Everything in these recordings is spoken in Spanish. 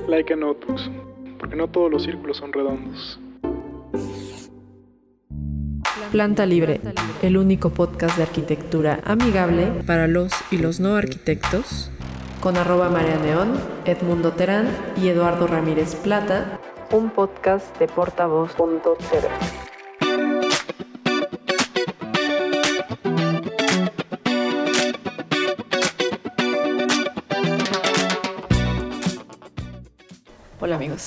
Laika Notebooks, porque no todos los círculos son redondos. Planta Libre, el único podcast de arquitectura amigable para los y los no arquitectos, con @MariaNeón, Edmundo Terán y Eduardo Ramírez Plata, un podcast de Portavoz.tv. Hola amigos.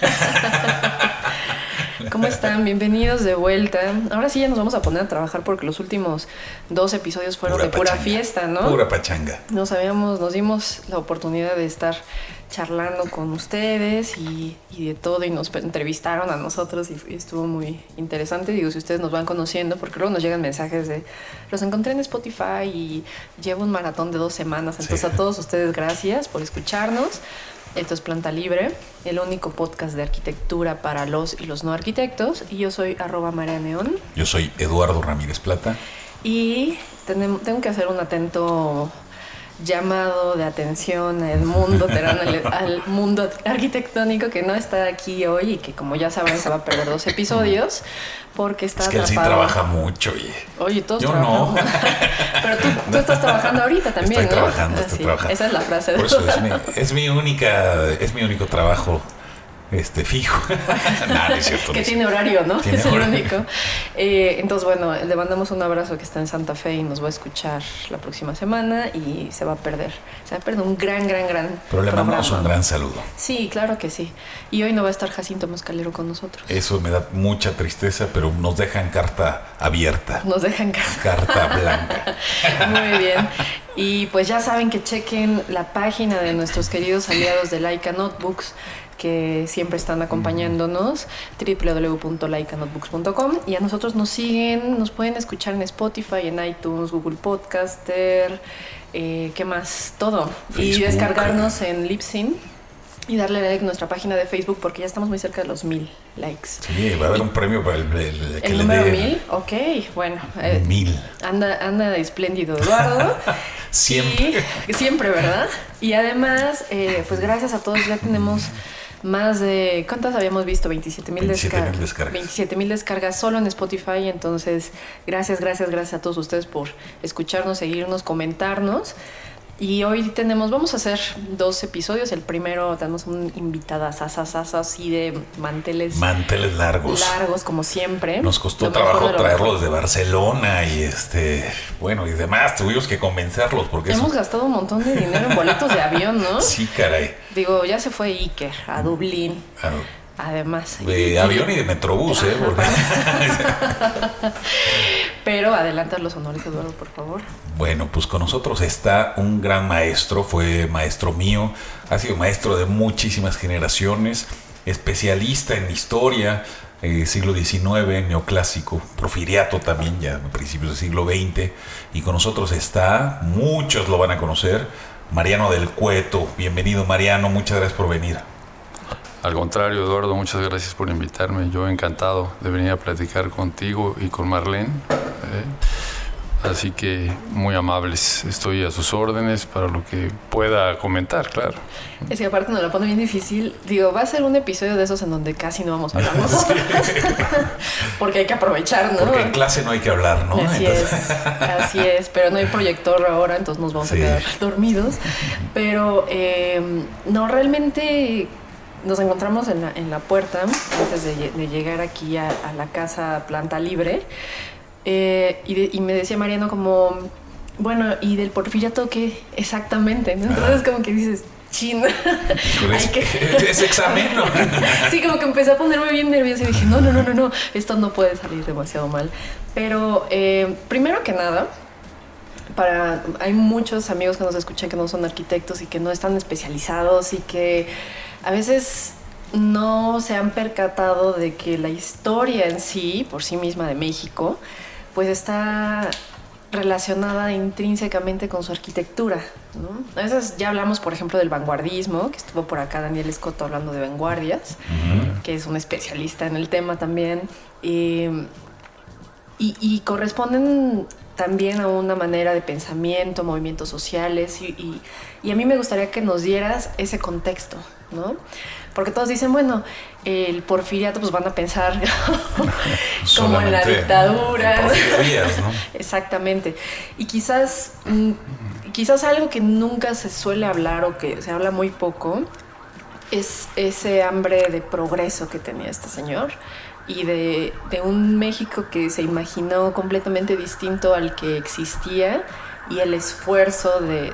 ¿Cómo están? Bienvenidos de vuelta. Ahora sí ya nos vamos a poner a trabajar porque los últimos 2 episodios fueron de pura fiesta, ¿no? Pura pachanga. Nos dimos la oportunidad de estar charlando con ustedes y de todo, y nos entrevistaron a nosotros y estuvo muy interesante. Digo, si ustedes nos van conociendo, porque luego nos llegan mensajes de los encontré en Spotify y llevo un maratón de 2 semanas. Entonces a todos ustedes gracias por escucharnos. Esto es Planta Libre, el único podcast de arquitectura para los y los no arquitectos. Y yo soy @MariaNeón. Yo soy Eduardo Ramírez Plata. Y tengo que hacer un atento llamado de atención a Edmundo Terán, al mundo arquitectónico, que no está aquí hoy y que, como ya sabrán, se va a perder 2 episodios porque está atrapado. Es que él sí trabaja mucho. Oye, todos yo trabajamos. No. Pero tú estás trabajando ahorita también, estoy ¿no? Trabajando. Esa es la frase. Por eso es mi único trabajo fijo. Nah, no es cierto. Que tiene horario, ¿no? Tiene es el horario. único. Entonces, bueno, le mandamos un abrazo, que está en Santa Fe y nos va a escuchar la próxima semana y se va a perder. Se va a perder un gran Pero le mandamos un gran saludo. Sí, claro que sí. Y hoy no va a estar Jacinto Mascalero con nosotros. Eso me da mucha tristeza, pero nos dejan carta abierta. Nos dejan carta blanca. Muy bien. Y pues ya saben que chequen la página de nuestros queridos aliados de Laika Notebooks, que siempre están acompañándonos, www.laikanotebooks.com, y a nosotros nos siguen, nos pueden escuchar en Spotify, en iTunes, Google Podcaster, ¿qué más? Todo. Facebook, y descargarnos en Libsyn y darle like a nuestra página de Facebook, porque ya estamos muy cerca de los 1000 likes. Sí, va a haber un premio para el número 1000. Ok, bueno. 1000. Anda espléndido, Eduardo. Siempre. Siempre, ¿verdad? Y además, pues gracias a todos, ya tenemos más de, ¿cuántas habíamos visto? 27,000 descargas. 27,000 descargas solo en Spotify. Entonces, gracias a todos ustedes por escucharnos, seguirnos, comentarnos. Y hoy vamos a hacer 2 episodios. El primero tenemos un invitada así de manteles largos, como siempre. Nos costó trabajo traerlos de Barcelona y bueno, y demás. Tuvimos que convencerlos porque hemos gastado un montón de dinero en boletos de avión, ¿no? Sí, caray. Digo, ya se fue Iker a Dublín. Además. De avión y de metrobús, porque... Pero adelanta los honores, Eduardo, por favor. Bueno, pues con nosotros está un gran maestro, fue maestro mío, ha sido maestro de muchísimas generaciones, especialista en historia, siglo XIX, neoclásico, porfiriato también, ya a principios del siglo XX. Y con nosotros está, muchos lo van a conocer, Mariano del Cueto. Bienvenido, Mariano, muchas gracias por venir. Al contrario, Eduardo, muchas gracias por invitarme. Yo encantado de venir a platicar contigo y con Marlene. Así que muy amables. Estoy a sus órdenes para lo que pueda comentar, claro. Es que aparte nos lo pone bien difícil. Digo, va a ser un episodio de esos en donde casi no vamos a hablar nosotros. Porque hay que aprovechar, ¿no? Porque en clase no hay que hablar, ¿no? Así es. Pero no hay proyector ahora, entonces nos vamos a quedar dormidos. Pero no, realmente... Nos encontramos en la puerta antes de llegar aquí a la casa Planta Libre, y me decía Mariano como, bueno, ¿y del porfiriato qué exactamente? ¿No? Entonces como que dices, chin. Es examen, ¿no? Sí, como que empecé a ponerme bien nerviosa y dije, no, esto no puede salir demasiado mal. Pero primero que nada, hay muchos amigos que nos escuchan que no son arquitectos y que no están especializados y que a veces no se han percatado de que la historia en sí, por sí misma, de México, pues está relacionada intrínsecamente con su arquitectura, ¿no? A veces ya hablamos, por ejemplo, del vanguardismo, que estuvo por acá Daniel Escoto hablando de vanguardias, que es un especialista en el tema también, y corresponden también a una manera de pensamiento, movimientos sociales, y a mí me gustaría que nos dieras ese contexto, ¿no? Porque todos dicen, bueno, el porfiriato, pues van a pensar como en la dictadura. En porfirias, ¿no? Exactamente. Y quizás algo que nunca se suele hablar o que se habla muy poco es ese hambre de progreso que tenía este señor y de un México que se imaginó completamente distinto al que existía, y el esfuerzo de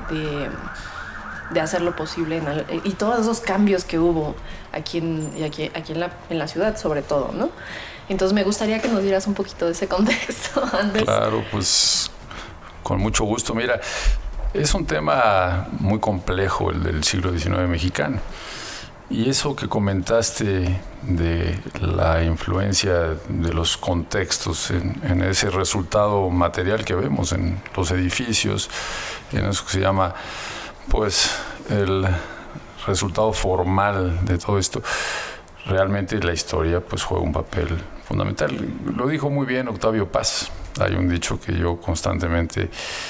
hacer lo posible y todos esos cambios que hubo aquí en la ciudad, sobre todo, ¿no? Entonces me gustaría que nos dieras un poquito de ese contexto antes. Claro, pues con mucho gusto. Mira, es un tema muy complejo el del siglo XIX mexicano. Y eso que comentaste de la influencia de los contextos en ese resultado material que vemos en los edificios, en eso que se llama, pues, el resultado formal de todo esto, realmente la historia pues juega un papel fundamental. Lo dijo muy bien Octavio Paz. Hay un dicho que yo constantemente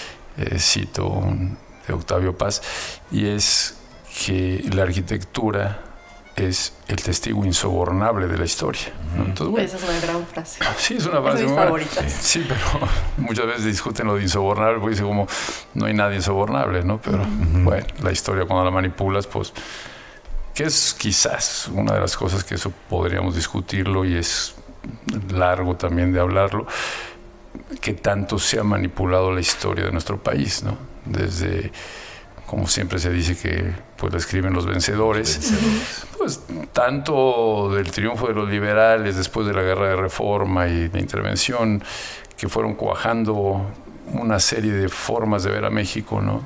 cito de Octavio Paz, y es que la arquitectura es el testigo insobornable de la historia, ¿no? Entonces, bueno, esa es una gran frase. Sí, es una frase muy favorita. Sí, pero muchas veces discuten lo de insobornable, porque dice como no hay nadie insobornable, ¿no? Pero bueno, la historia cuando la manipulas, pues, que es quizás una de las cosas que eso podríamos discutirlo, y es largo también de hablarlo, que tanto se ha manipulado la historia de nuestro país, ¿no? Desde, como siempre se dice, que pues la escriben los vencedores. Pues tanto del triunfo de los liberales después de la guerra de reforma y de intervención, que fueron cuajando una serie de formas de ver a México, ¿no?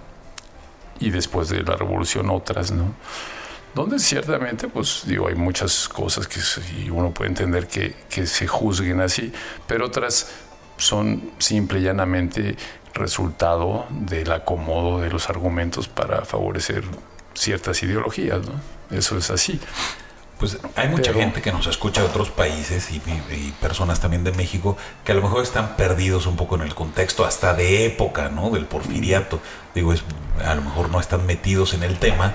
Y después de la revolución otras, ¿no? Donde ciertamente, pues digo, hay muchas cosas que uno puede entender que se juzguen así, pero otras son simple y llanamente resultado del acomodo de los argumentos para favorecer ciertas ideologías, ¿no? Eso es así. Pues hay mucha gente que nos escucha de otros países y personas también de México que a lo mejor están perdidos un poco en el contexto hasta de época, ¿no? Del porfiriato. Digo, a lo mejor no están metidos en el tema.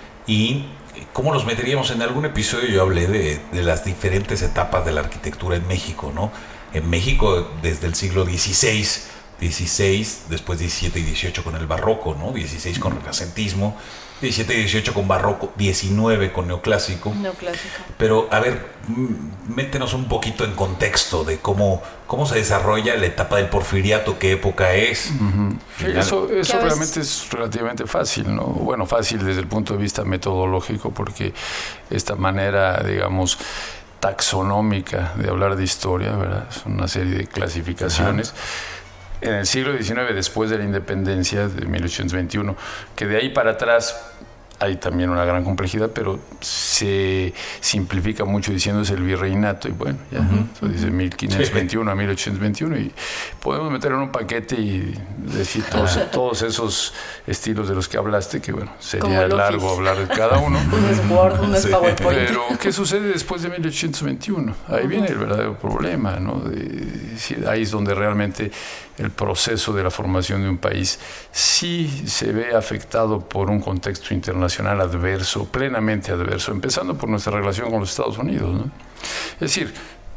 Y ¿cómo los meteríamos? En algún episodio yo hablé de las diferentes etapas de la arquitectura en México, ¿no? En México desde el siglo XVI, después 17 y 18 con el barroco, ¿no? 16 con renacentismo, 17 y 18 con barroco, 19 con neoclásico. Pero, a ver, métenos un poquito en contexto de cómo se desarrolla la etapa del porfiriato, qué época es. Sí, eso realmente es relativamente fácil, ¿no? Bueno, fácil desde el punto de vista metodológico, porque esta manera, digamos, taxonómica de hablar de historia, ¿verdad? Es una serie de clasificaciones. En el siglo XIX, después de la independencia de 1821, que de ahí para atrás hay también una gran complejidad, pero se simplifica mucho diciendo es el virreinato, y bueno, ya, entonces dice 1521 a 1821, y podemos meterlo en un paquete y decir todos esos estilos de los que hablaste, que bueno, sería largo hablar de cada uno. Un es Word, un es PowerPoint. Pero, ¿qué sucede después de 1821? Ahí viene el verdadero problema, ¿no? Ahí es donde realmente el proceso de la formación de un país sí se ve afectado por un contexto internacional adverso, plenamente adverso, empezando por nuestra relación con los Estados Unidos, ¿no? Es decir,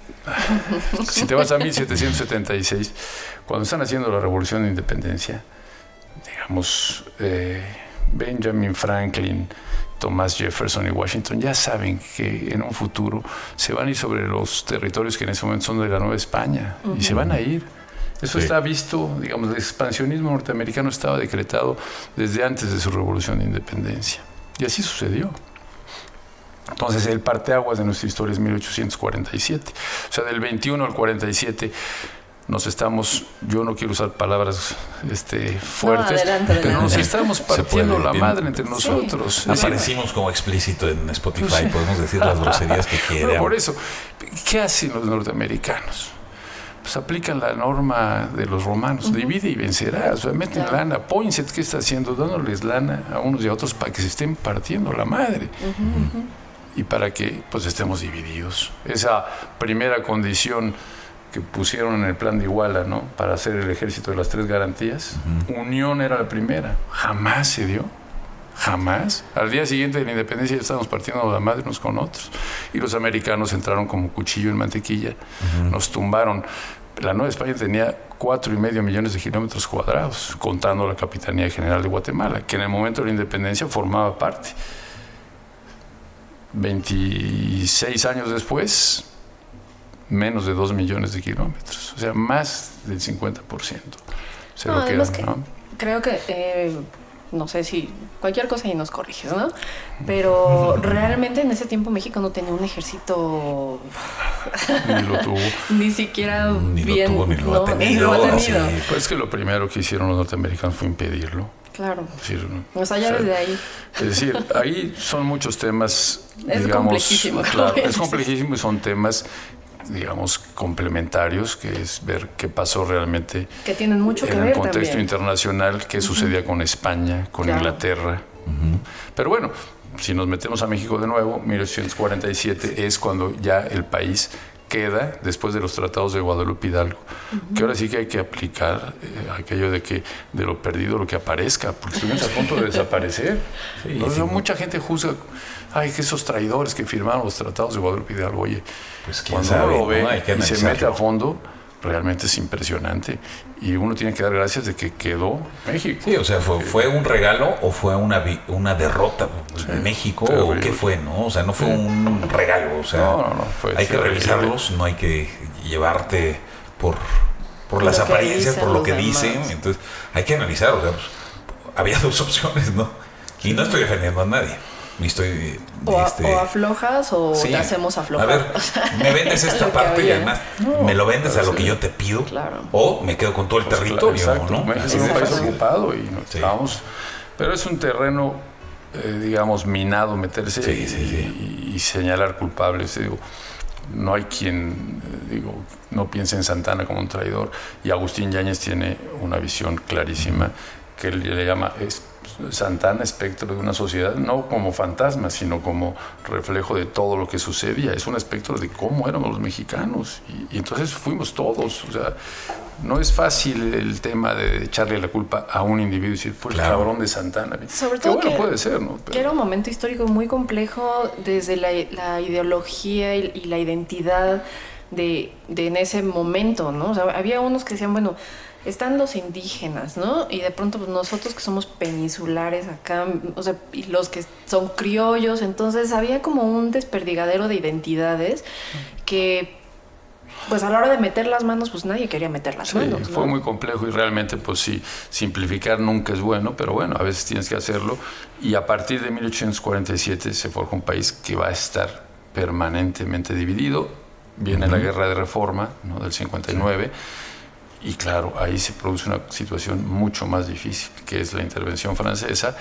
si te vas a 1776, cuando están haciendo la Revolución de Independencia, digamos, Benjamin Franklin, Thomas Jefferson y Washington ya saben que en un futuro se van a ir sobre los territorios que en ese momento son de la Nueva España, y se van a ir. Eso está visto, digamos, el expansionismo norteamericano estaba decretado desde antes de su Revolución de Independencia. Y así sucedió. Entonces, el parteaguas de nuestra historia es 1847. O sea, del 21 al 47 nos estamos, yo no quiero usar palabras fuertes, pero nos estamos partiendo la madre entre nosotros. Sí. Aparecimos como explícito en Spotify, podemos decir las groserías que quieran. Pero por eso, ¿qué hacen los norteamericanos? Pues aplican la norma de los romanos, divide y vencerás, o sea, meten lana. Poinsett, ¿qué está haciendo? Dándoles lana a unos y a otros para que se estén partiendo la madre. Y para que pues estemos divididos. Esa primera condición que pusieron en el plan de Iguala, ¿no? Para hacer el ejército de las 3 garantías. Unión era la primera. Jamás se dio. Jamás. Al día siguiente de la independencia ya estábamos partiendo la madre unos con otros. Y los americanos entraron como cuchillo en mantequilla. Nos tumbaron. La Nueva España tenía 4,5 millones de kilómetros cuadrados, contando la Capitanía General de Guatemala, que en el momento de la independencia formaba parte. 26 años después, menos de 2 millones de kilómetros. O sea, más del 50%. Se lo quedan, ¿no? Creo que... no sé si cualquier cosa y nos corriges, ¿no? Pero realmente en ese tiempo México no tenía un ejército... Ni lo tuvo. Ni siquiera ni bien... Lo tuvo, ni lo ha tenido. Pues que lo primero que hicieron los norteamericanos fue impedirlo. Claro. Es decir, o sea, ya desde ahí. Es decir, ahí son muchos temas, es digamos... Complejísimo, claro, es complejísimo y son temas, digamos, complementarios, que es ver qué pasó realmente que tienen mucho que en ver el contexto también. Internacional, qué sucedía con España, con Inglaterra. Pero bueno, si nos metemos a México de nuevo, 1847 es cuando ya el país queda después de los tratados de Guadalupe Hidalgo, que ahora sí que hay que aplicar aquello de que de lo perdido lo que aparezca, porque estuvimos a punto de desaparecer. Mucha gente juzga, ay, que esos traidores que firmaron los tratados de Guadalupe Hidalgo. Oye, pues cuando uno lo ve y se mete a fondo, realmente es impresionante, y uno tiene que dar gracias de que quedó México. Sí, o sea, ¿fue un regalo o fue una derrota de México o qué fue, no? O sea, no fue un regalo, o sea, no, hay que revisarlos, no hay que llevarte por las apariencias, por lo que dicen, entonces hay que analizar, o sea, pues, había 2 opciones, ¿no? Y no estoy defendiendo a nadie. O aflojas o te hacemos aflojar. A ver, me vendes esta parte y además me lo vendes a lo que yo te pido, claro. O me quedo con todo el territorio, exacto, ¿no? Es un país ocupado y no estamos, pero es un terreno, digamos, minado meterse y señalar culpables. Digo, no hay quien, no piense en Santana como un traidor, y Agustín Yáñez tiene una visión clarísima que él le llama Santana, espectro de una sociedad, no como fantasma, sino como reflejo de todo lo que sucedía. Es un espectro de cómo éramos los mexicanos, y entonces fuimos todos. O sea, no es fácil el tema de echarle la culpa a un individuo y decir, fue el cabrón de Santana. Sobre todo que puede ser, ¿no? Que era un momento histórico muy complejo desde la ideología y la identidad de en ese momento, ¿no? O sea, había unos que decían, bueno, están los indígenas, ¿no? Y de pronto pues, nosotros que somos peninsulares acá, o sea, y los que son criollos, entonces había como un desperdigadero de identidades que, pues a la hora de meter las manos, pues nadie quería meter las manos, ¿no? Fue muy complejo y realmente, pues sí, simplificar nunca es bueno, pero bueno, a veces tienes que hacerlo, y a partir de 1847 se forja un país que va a estar permanentemente dividido. Viene la Guerra de Reforma, ¿no? Del 59, y claro, ahí se produce una situación mucho más difícil, que es la intervención francesa,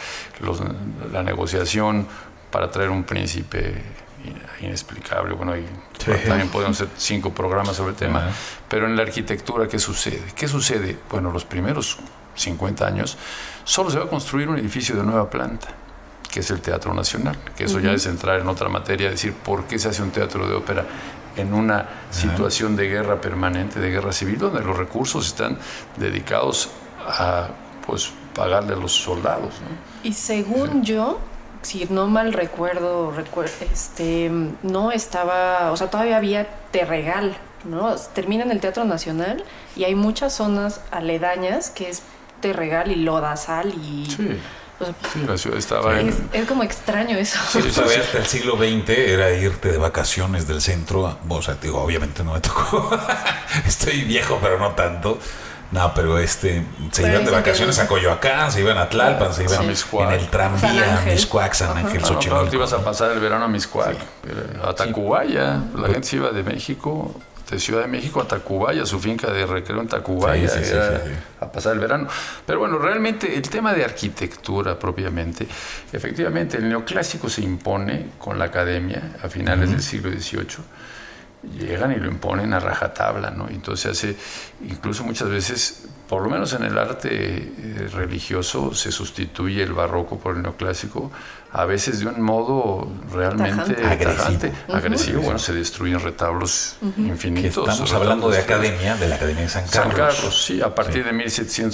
la negociación para traer un príncipe inexplicable. Bueno, también podemos hacer 5 programas sobre el tema, pero en la arquitectura, ¿qué sucede? ¿Qué sucede? Bueno, los primeros 50 años solo se va a construir un edificio de nueva planta, que es el Teatro Nacional, que eso ya es entrar en otra materia, decir, ¿por qué se hace un teatro de ópera en una situación de guerra permanente, de guerra civil, donde los recursos están dedicados a, pues, pagarle a los soldados, ¿no? Y según yo, si no mal recuerdo, no estaba, o sea, todavía había Terregal, ¿no? Termina en el Teatro Nacional y hay muchas zonas aledañas que es Terregal y Lodazal y... Sí. O sea, la ciudad estaba es como extraño eso. Sí, hasta el siglo XX era irte de vacaciones del centro. O sea, digo, obviamente no me tocó. Estoy viejo, pero no tanto. No, pero se iban de vacaciones a Coyoacán, se iban a Tlalpan, se iban en el tranvía a Mixcoac, San Ángel, Xochimilco. Te ibas a pasar el verano a Mixcoac, a Tacubaya. La gente se iba de México, de Ciudad de México a Tacubaya, su finca de recreo en Tacubaya, a pasar el verano. Pero bueno, realmente el tema de arquitectura propiamente, efectivamente el neoclásico se impone con la academia a finales del siglo XVIII. Llegan y lo imponen a rajatabla, ¿no? Entonces hace, incluso muchas veces, por lo menos en el arte religioso, se sustituye el barroco por el neoclásico a veces de un modo realmente agresivo. Sí. Bueno, se destruyen retablos infinitos. Estamos hablando de academia, de la Academia de San Carlos. San Carlos, sí, a partir de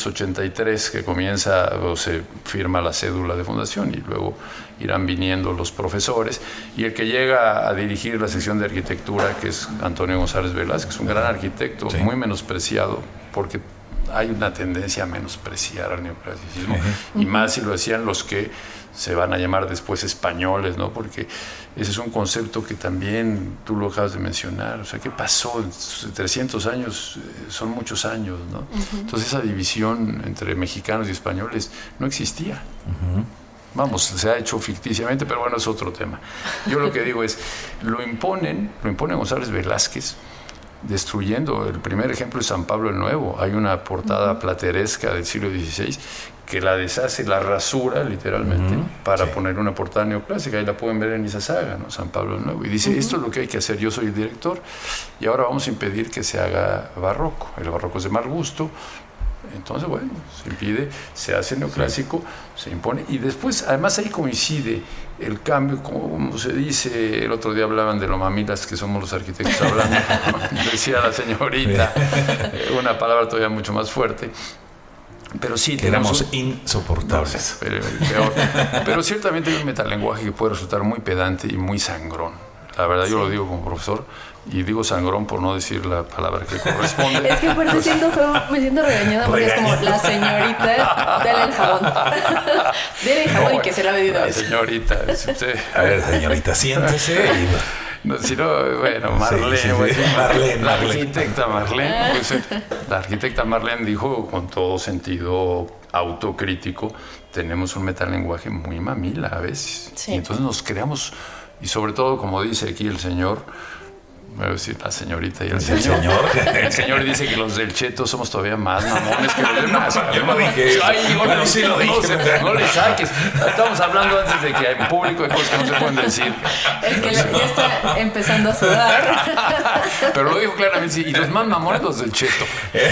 1783 que comienza o se firma la cédula de fundación, y luego irán viniendo los profesores, y el que llega a dirigir la sección de arquitectura, que es Antonio González Velázquez, un gran arquitecto, muy menospreciado, porque hay una tendencia a menospreciar al neoclasicismo, y más si lo decían los que se van a llamar después españoles, ¿no? Porque ese es un concepto que también tú lo acabas de mencionar. O sea, ¿qué pasó? 300 años son muchos años, ¿no? Entonces esa división entre mexicanos y españoles no existía. Vamos, se ha hecho ficticiamente, pero bueno, es otro tema. Yo lo que digo es, lo impone González Velázquez, destruyendo. El primer ejemplo es San Pablo el Nuevo. Hay una portada plateresca del siglo XVI que la deshace, la rasura literalmente, para poner una portada neoclásica. Ahí la pueden ver en Izazaga, ¿no? San Pablo el Nuevo. Y dice, esto es lo que hay que hacer, yo soy el director, y ahora vamos a impedir que se haga barroco. El barroco es de mal gusto. Entonces, bueno, se impide, se hace neoclásico, se impone, y después, además ahí coincide el cambio, como se dice, el otro día hablaban de lo mamilas que somos los arquitectos hablando, decía la señorita, una palabra todavía mucho más fuerte, pero sí, éramos insoportables. Pero ciertamente hay un metalenguaje que puede resultar muy pedante y muy sangrón. La verdad, yo lo digo como profesor, y digo sangrón por no decir la palabra que corresponde. Es que aparte me siento regañada porque es como la señorita, dale el jabón. Dale el jabón y que se lave de una vez. Señorita, a ver, señorita, siéntese y... No, si no, bueno, Marlene, la arquitecta Marlene, pues, la arquitecta Marlene dijo con todo sentido autocrítico, tenemos un metalenguaje muy mamila a veces, y entonces nos creamos, y sobre todo, como dice aquí el señor, voy a decir la señorita y el señor. El señor dice que los del Cheto somos todavía más mamones que los demás. Yo no dije. Ay, bueno, sí lo dije. No le saques. Estamos hablando antes de que en público hay cosas que no se pueden decir. Es que ya está empezando a sudar. Pero lo dijo claramente, y los más mamones los del Cheto.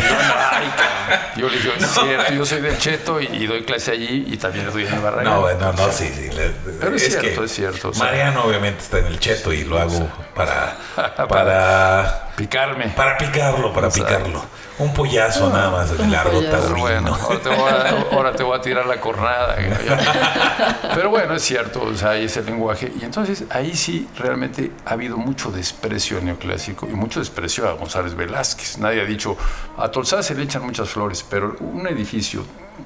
Yo le digo, es cierto, yo soy del Cheto y doy clase allí y también estoy en el Barragán. No, sí. Pero es cierto. Mariano obviamente está en el Cheto y lo hago para picarme. Para picarlo. Un pollazo nada más de largo taurino. Bueno, ahora te voy a tirar la cornada. Pero bueno, es cierto, o sea, hay ese lenguaje. Y entonces ahí sí realmente ha habido mucho desprecio al neoclásico y mucho desprecio a González Velázquez. Nadie ha dicho, a Tolsá se le echan muchas flores, pero un edificio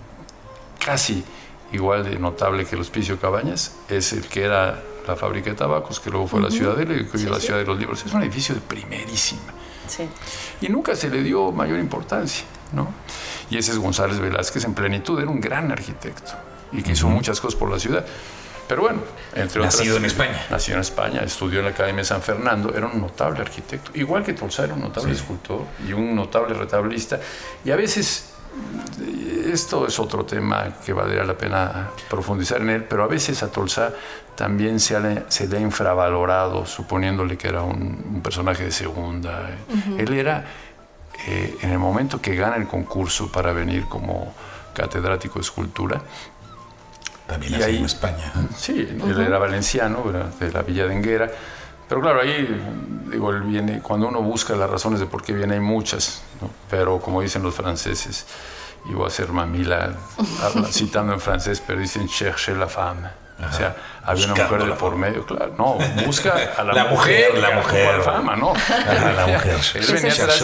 casi igual de notable que el Hospicio Cabañas es el que era la fábrica de tabacos, que luego fue la Ciudadela y que hoy es la Ciudad de los Libros. Es un edificio de primerísima. Sí. Y nunca se le dio mayor importancia, ¿no? Y ese es González Velázquez en plenitud, era un gran arquitecto y que hizo muchas cosas por la ciudad. Pero bueno, entre otras... Nacido en España. Nació en España, estudió en la Academia de San Fernando, era un notable arquitecto. Igual que Tolsá era un notable escultor y un notable retablista. Y a veces... Esto es otro tema que valdría la pena profundizar en él, pero a veces a Tolsá también se le ha infravalorado, suponiéndole que era un personaje de segunda. Él era, en el momento que gana el concurso para venir como catedrático de escultura, también nació en España. Sí, él era valenciano, era de la Villa de Enguera. Pero claro, ahí, digo, él viene, cuando uno busca las razones de por qué viene, hay muchas, ¿no? Pero como dicen los franceses, y voy a ser mamila citando en francés, pero dicen chercher la femme. O sea, había una mujer de por medio, claro. No, busca a la mujer. La mujer. La fama, ¿no? La mujer. Él venía atrás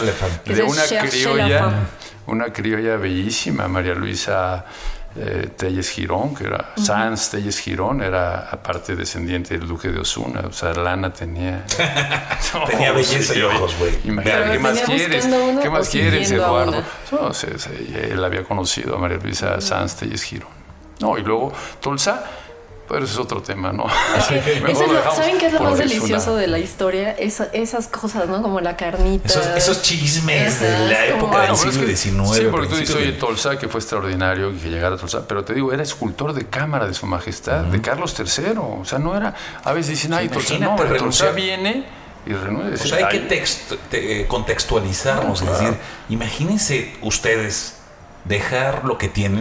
de una criolla bellísima, María Luisa Telles Girón, que era Sanz Telles Girón, era aparte descendiente del duque de Osuna. O sea, Lana tenía tenía belleza y ojos, güey. Imagínate, ¿qué más quieres? ¿Qué más quieres, Eduardo? No, él había conocido a María Luisa Sanz Telles Girón. No, y luego Tolsá. Pero eso es otro tema, ¿no? ¿Saben qué es lo más delicioso de la historia? Esas cosas, ¿no? Como la carnita. Esos chismes de la época del siglo XIX. Sí, porque tú dices, oye, Tolsá, que fue extraordinario que llegara a Tolsá, pero te digo, era escultor de cámara de su majestad, de Carlos III. O sea, no era... A veces dicen, ay, Tolsá, no, Tolsá viene... Y renuncia. O sea, hay que contextualizarnos. Es decir, imagínense ustedes dejar lo que tienen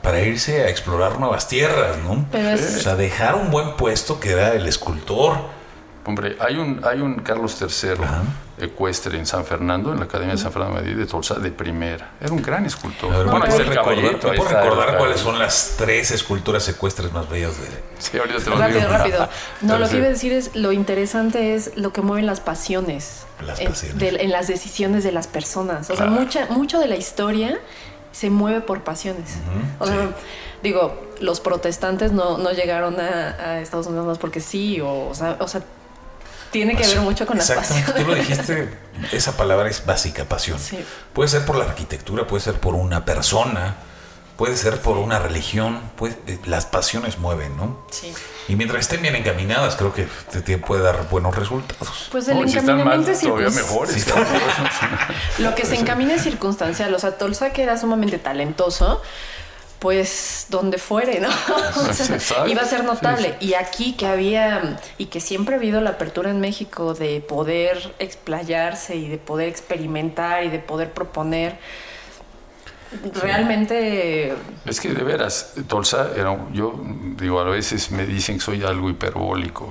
para irse a explorar nuevas tierras, ¿no? Pero O sea, dejar un buen puesto que era el escultor. Hombre, hay un Carlos III ecuestre en San Fernando, en la Academia de San Fernando de Madrid, de Tolsá, de primera. Era un gran escultor. Bueno, ahí está el caballito. ¿Me puedo recordar cuáles son las 3 esculturas ecuestres más bellas de...? Sí, ahorita te lo digo. Rápido. No, lo que iba a decir es, lo interesante es lo que mueven las pasiones. En las decisiones de las personas. O sea, mucho de la historia se mueve por pasiones. O sea, digo, los protestantes no llegaron a Estados Unidos más porque sí, o sea, tiene que ver mucho con las pasiones. Tú lo dijiste, esa palabra es básica, pasión. Sí. Puede ser por la arquitectura, puede ser por una persona, puede ser por una religión, las pasiones mueven, ¿no? Sí. Y mientras estén bien encaminadas, creo que te puede dar buenos resultados. Pues el encaminamiento es circunstancial. Lo que se encamina es circunstancial. O sea, Tolsá, que era sumamente talentoso, pues donde fuere, ¿no? O sea, iba a ser notable. Sí. Y aquí que siempre ha habido la apertura en México de poder explayarse y de poder experimentar y de poder proponer. Realmente... Es que de veras, Tolsá era... Yo digo, a veces me dicen que soy algo hiperbólico.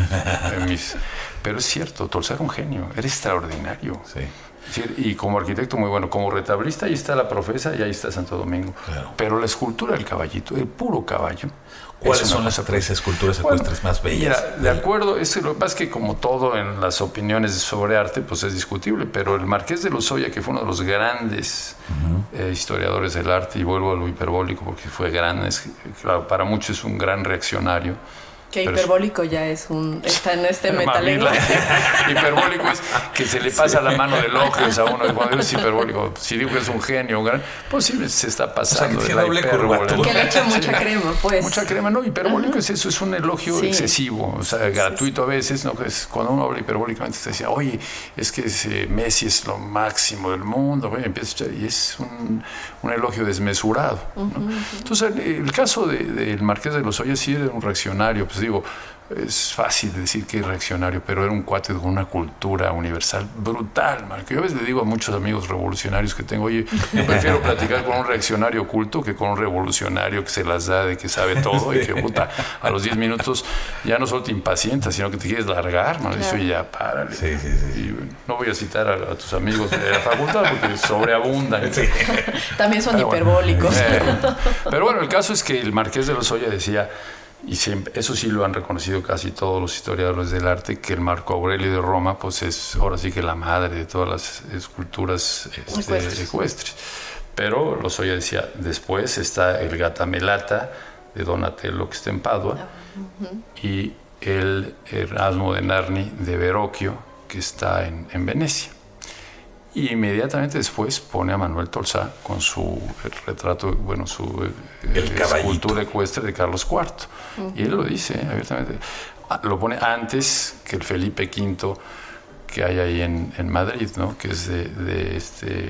Pero es cierto, Tolsá era un genio, era extraordinario. Sí. Y como arquitecto muy bueno, como retablista, ahí está la Profesa y ahí está Santo Domingo. Claro. Pero la escultura del caballito, el puro caballo. ¿Cuáles son las 3 esculturas ecuestres más bellas? Mira, de acuerdo, lo que pasa es que como todo en las opiniones sobre arte, pues es discutible, pero el Marqués de Lozoya, que fue uno de los grandes historiadores del arte, y vuelvo a lo hiperbólico porque fue grande, claro, para muchos es un gran reaccionario. Que hiperbólico ya está en este metalenguaje. Hiperbólico es que se le pasa la mano de elogios a uno. Y cuando es hiperbólico, si digo que es un genio, pues sí se está pasando. O sea, que doble curvatura. Que le echa mucha crema, pues. Mucha crema, no, hiperbólico es eso, es un elogio excesivo, o sea, gratuito a veces, ¿no? Es cuando uno habla hiperbólicamente se decía, oye, es que Messi es lo máximo del mundo, y es un elogio desmesurado, ¿no? Entonces, el caso del Marqués de Lozoya sí era un reaccionario, pues digo, es fácil decir que es reaccionario, pero era un cuate con una cultura universal brutal, man. Que yo a veces le digo a muchos amigos revolucionarios que tengo, oye, yo prefiero platicar con un reaccionario culto que con un revolucionario que se las da de que sabe todo y que puta, a los 10 minutos ya no solo te impacientas, sino que te quieres largar, man. Claro. Y ya, párale. Sí. Y no voy a citar a tus amigos de la facultad porque sobreabundan. Sí. También son hiperbólicos. Pero bueno, el caso es que el Marqués de Lozoya decía, y siempre, eso sí lo han reconocido casi todos los historiadores del arte, que el Marco Aurelio de Roma pues es ahora sí que la madre de todas las esculturas ecuestres. Pero Lozoya decía, después está el Gatamelata de Donatello, que está en Padua, y el Erasmo de Narni de Verrocchio, que está en Venecia. Y inmediatamente después pone a Manuel Tolsá con su retrato, bueno, su escultura ecuestre de Carlos IV. Y él lo dice abiertamente. Lo pone antes que el Felipe V que hay ahí en Madrid, ¿no? Que es de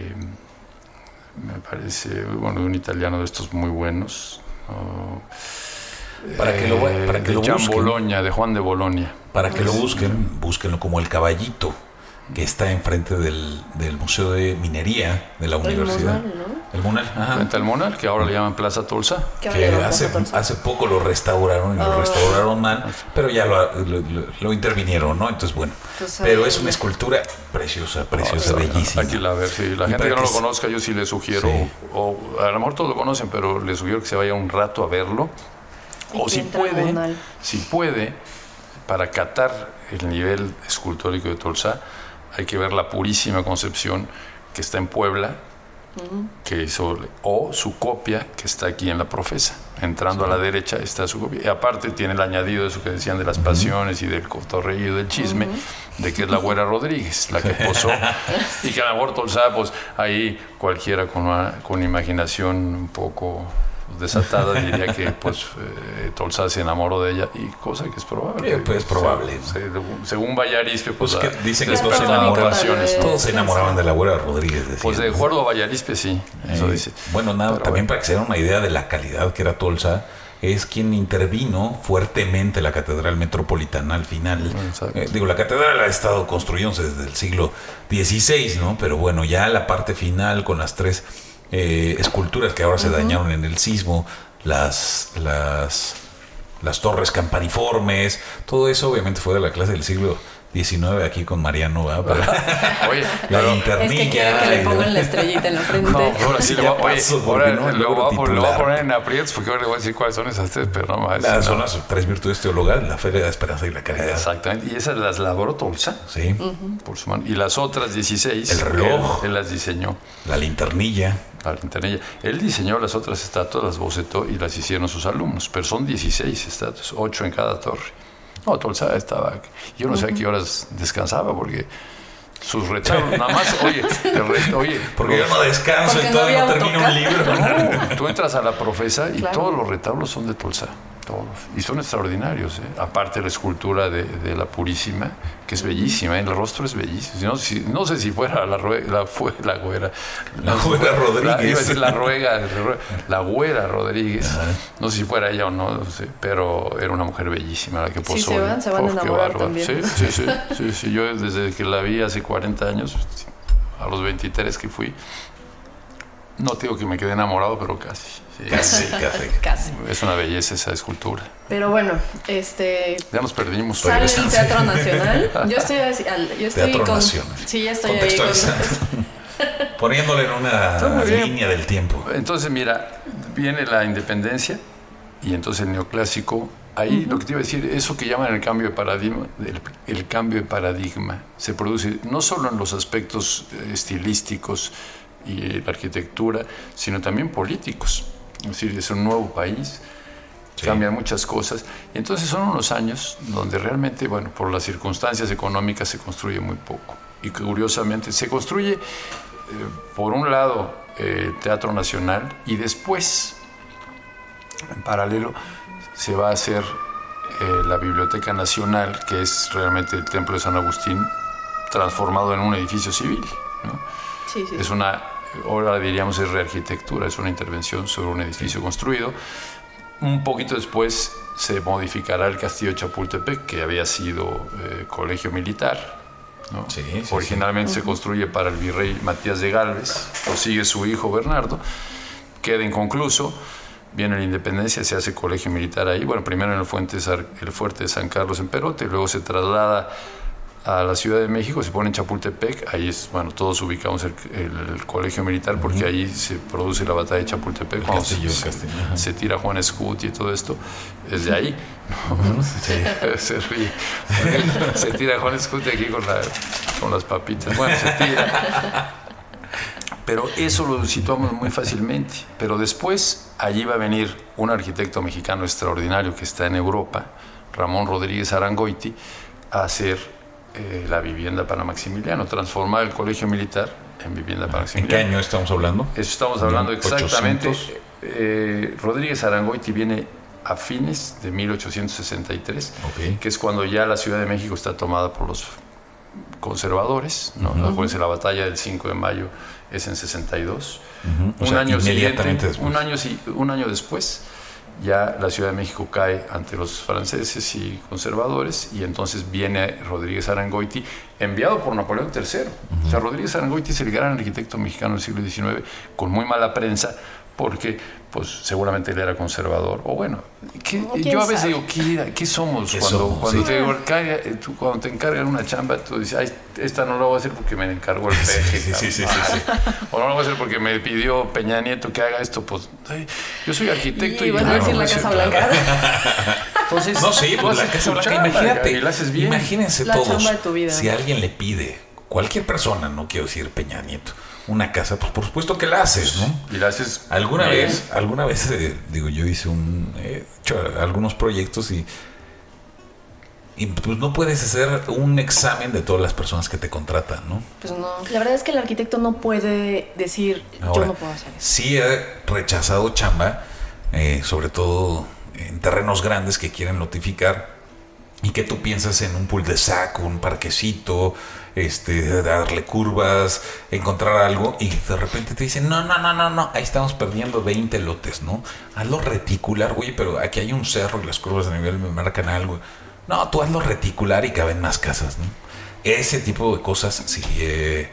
me parece, bueno, de un italiano de estos muy buenos. Para que lo busquen. Bologna, de Juan de Bolonia. Para que lo busquen, búsquenlo como el caballito, que está enfrente del Museo de Minería de la Universidad. El Munal, ajá. Frente al Munal, que ahora le llaman Plaza Tolsá. Que hace poco lo restauraron, y lo restauraron mal, pero ya lo intervinieron, ¿no? Entonces, bueno. Pero es una escultura preciosa, bellísima. Aquí la ver, sí. La gente que no lo conozca, yo sí le sugiero, o a lo mejor todos lo conocen, pero le sugiero que se vaya un rato a verlo. O si puede, para catar el nivel escultórico de Tolsá, hay que ver la Purísima Concepción que está en Puebla, que hizo, o su copia que está aquí en la Profesa. Entrando a la derecha está su copia. Y aparte tiene el añadido de eso que decían de las pasiones y del cotorreo y del chisme, de que es la Güera Rodríguez, la que posó. Y que a lo mejor Tolsá, pues ahí cualquiera con imaginación un poco desatada diría que pues Tolsá se enamoró de ella, y cosa que es probable. Pues es probable. Según Vallarispe, pues dicen que todos se enamoraban de la Güera Rodríguez. Decían. Pues de acuerdo a Vallarispe, sí, eso dice. Bueno, también para que se den una idea de la calidad que era Tolsá, es quien intervino fuertemente la Catedral Metropolitana al final. La catedral ha estado construyéndose desde el siglo XVI, ¿no? Pero bueno, ya la parte final con las 3 esculturas que ahora se dañaron en el sismo, las torres campaniformes, todo eso obviamente fue de la clase del siglo XIX aquí con Mariano, ¿verdad? Oye, la linternilla. Es que quiero que le pongan la estrellita en la frente. No, ahora sí lo voy a poner en aprietos. aprietos porque ahora le voy a decir cuáles son esas tres, pero no más. Son las tres virtudes teologales, la fe, la esperanza y la caridad. Exactamente, y esas las elaboró Tolsa. Sí. Por su mano. Y las otras 16, el reloj, él las diseñó. La linternilla. La linternilla. Él diseñó las otras estatuas, las bocetó y las hicieron sus alumnos, pero son 16 estatuas, 8 en cada torre. No, Tolsa estaba... Yo no sé a qué horas descansaba porque sus retablos, nada más, oye, porque yo no descanso y todavía no termino un libro. No, tú entras a la Profesa y todos los retablos son de Tolsa, todos, y son extraordinarios, ¿eh? Aparte la escultura de la Purísima, que es bellísima, el rostro es bellísimo. No sé si fuera la güera Rodríguez. La güera Rodríguez. No sé si fuera ella o no sé, pero era una mujer bellísima la que posó. Sí, se van a enamorar también. Sí, yo desde que la vi hace 40 años, a los 23 que fui, no te digo que me quedé enamorado, pero casi. Sí, casi. Es una belleza esa escultura. Pero bueno, ya nos perdimos. Sale el Teatro Nacional. Yo estoy Teatro con... Nacional. Sí, ya estoy ahí con... Poniéndole en una línea del tiempo. Entonces, mira, viene la independencia y entonces el neoclásico. Ahí lo que te iba a decir, eso que llaman el cambio de paradigma, el cambio de paradigma se produce no solo en los aspectos estilísticos y la arquitectura, sino también políticos. Es decir, es un nuevo país, cambian muchas cosas. Y entonces son unos años donde realmente, bueno, por las circunstancias económicas se construye muy poco. Y curiosamente se construye, por un lado, el Teatro Nacional y después, en paralelo, se va a hacer la Biblioteca Nacional, que es realmente el Templo de San Agustín transformado en un edificio civil, ¿no? Sí. Es ahora diríamos es rearquitectura, es una intervención sobre un edificio construido. Un poquito después se modificará el Castillo de Chapultepec, que había sido colegio militar, ¿no? Originalmente se construye para el virrey Matías de Gálvez, lo sigue su hijo Bernardo, queda inconcluso. Viene la independencia, se hace colegio militar ahí. Bueno, primero en el fuerte de San Carlos en Perote, luego se traslada a la Ciudad de México, se pone en Chapultepec. Ahí es, bueno, todos ubicamos el colegio militar porque ahí se produce la batalla de Chapultepec. Cuando se tira Juan Escuti y todo esto, es de ahí. Se ríe. Se tira Juan Escuti aquí con las papitas. Bueno, se tira. Pero eso lo situamos muy fácilmente. Pero después, allí va a venir un arquitecto mexicano extraordinario que está en Europa, Ramón Rodríguez Arangoiti, a hacer la vivienda para Maximiliano, transformar el colegio militar en vivienda para Maximiliano. ¿En qué año estamos hablando? Eso estamos hablando exactamente. Rodríguez Arangoiti viene a fines de 1863, que es cuando ya la Ciudad de México está tomada por los conservadores, ¿no? Acuérdense, la batalla del 5 de mayo es en 62. Un año después ya la Ciudad de México cae ante los franceses y conservadores, y entonces viene Rodríguez Arangoiti, enviado por Napoleón III. O sea, Rodríguez Arangoiti es el gran arquitecto mexicano del siglo XIX, con muy mala prensa, porque pues seguramente él era conservador, o bueno, yo a veces digo, ¿qué somos? Cuando te encargan una chamba, tú dices, ay, esta no la voy a hacer porque me encargó el peje. Sí. O no la voy a hacer porque me pidió Peña Nieto que haga esto, pues yo soy arquitecto y van a decir la Casa Blanca. Entonces, la Casa Blanca, imagínate, y la haces bien. Imagínense la todos, chamba de tu vida. Si alguien le pide, cualquier persona, no quiero decir Peña Nieto, una casa, pues por supuesto que la haces, ¿no? Y la haces. Alguna vez yo hice algunos proyectos y pues no puedes hacer un examen de todas las personas que te contratan, ¿no? Pues no. La verdad es que el arquitecto no puede decir, yo no puedo hacer eso. Sí he rechazado chamba, sobre todo en terrenos grandes que quieren lotificar y que tú piensas en un cul-de-sac, un parquecito, darle curvas, encontrar algo, y de repente te dicen, no, ahí estamos perdiendo 20 lotes, ¿no? Hazlo reticular, oye, pero aquí hay un cerro y las curvas de nivel me marcan algo. No, tú hazlo reticular y caben más casas, ¿no? Ese tipo de cosas sí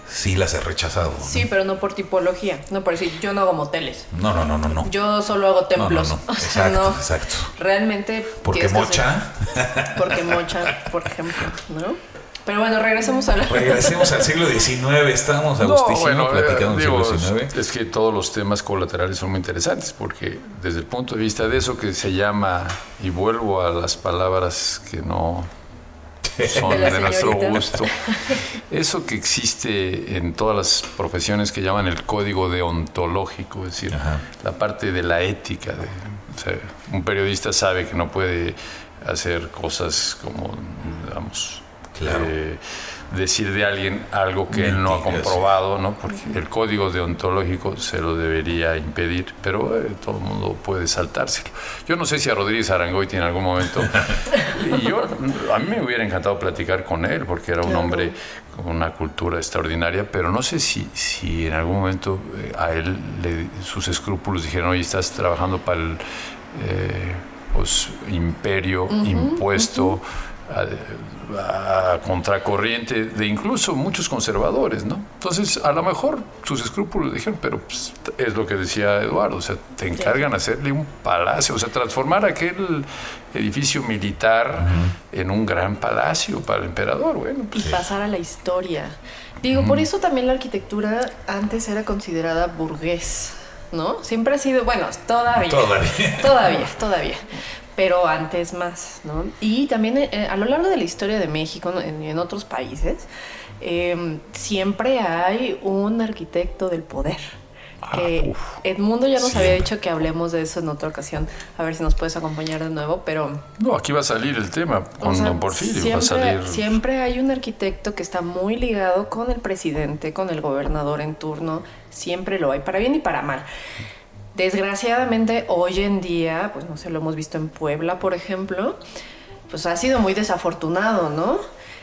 sí las he rechazado. Sí, pero no por tipología. No por decir, yo no hago moteles. No. Yo solo hago templos. No. O sea, Exacto, no. exacto. Realmente. Porque mocha. Porque mocha, por ejemplo, ¿no? Pero bueno, regresemos al siglo XIX. Estábamos, Agustín, platicando del siglo XIX. Es que todos los temas colaterales son muy interesantes porque desde el punto de vista de eso que se llama, y vuelvo a las palabras que no son de nuestro gusto, eso que existe en todas las profesiones que llaman el código deontológico, es decir, la parte de la ética. O sea, un periodista sabe que no puede hacer cosas como, digamos, claro, decir de alguien algo que él no ha comprobado, ¿no? Porque el código deontológico se lo debería impedir, pero todo el mundo puede saltárselo. Yo no sé si a Rodríguez Arangoiti en algún momento, a mí me hubiera encantado platicar con él, porque era un hombre con una cultura extraordinaria, pero no sé si en algún momento a él sus escrúpulos dijeron, oye, estás trabajando para el imperio impuesto, a contracorriente de incluso muchos conservadores, ¿no? Entonces, a lo mejor sus escrúpulos dijeron, pero pues, es lo que decía Eduardo, o sea, te encargan hacerle un palacio, o sea, transformar aquel edificio militar en un gran palacio para el emperador, bueno. Pues, y pasar a la historia. Digo, por eso también la arquitectura antes era considerada burgués, ¿no? Siempre ha sido, bueno, todavía. Pero antes más, ¿no? Y también a lo largo de la historia de México, en otros países, siempre hay un arquitecto del poder. Edmundo ya nos había dicho que hablemos de eso en otra ocasión. A ver si nos puedes acompañar de nuevo, pero... No, aquí va a salir el tema con don Porfirio. Siempre hay un arquitecto que está muy ligado con el presidente, con el gobernador en turno. Siempre lo hay, para bien y para mal. Desgraciadamente, hoy en día, pues no sé, lo hemos visto en Puebla, por ejemplo, pues ha sido muy desafortunado, ¿no?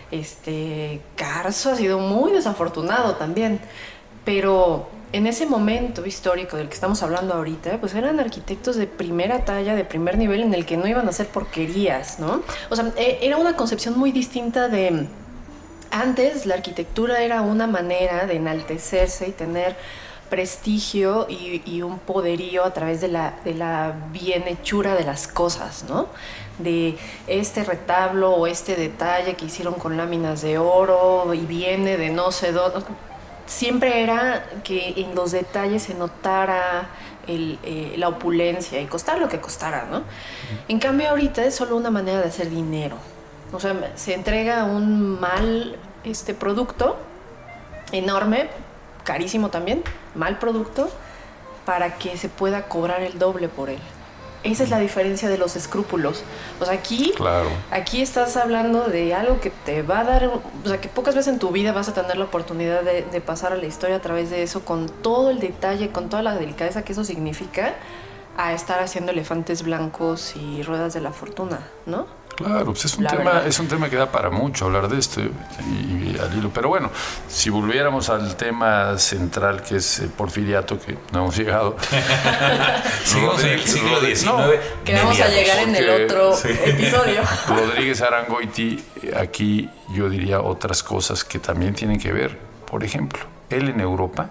Carso ha sido muy desafortunado también, pero en ese momento histórico del que estamos hablando ahorita, pues eran arquitectos de primera talla, de primer nivel, en el que no iban a hacer porquerías, ¿no? O sea, era una concepción muy distinta de... Antes la arquitectura era una manera de enaltecerse y tener prestigio y un poderío a través de la bienhechura de las cosas, ¿no? De este retablo o este detalle que hicieron con láminas de oro y viene de no sé dónde. Siempre era que en los detalles se notara la opulencia y costara lo que costara, ¿no? En cambio ahorita es solo una manera de hacer dinero. O sea, se entrega un mal producto enorme, carísimo también, mal producto, para que se pueda cobrar el doble por él. Esa es la diferencia de los escrúpulos. O sea, aquí estás hablando de algo que te va a dar, o sea, que pocas veces en tu vida vas a tener la oportunidad de pasar a la historia a través de eso, con todo el detalle, con toda la delicadeza que eso significa, a estar haciendo elefantes blancos y ruedas de la fortuna, ¿no? Claro, pues es un tema que da para mucho hablar de esto y al hilo. Pero bueno, si volviéramos al tema central que es el porfiriato, que no hemos llegado. Seguimos en el siglo XIX. Que vamos a llegar en el otro episodio. Rodríguez Arangoiti, aquí yo diría otras cosas que también tienen que ver. Por ejemplo, él en Europa,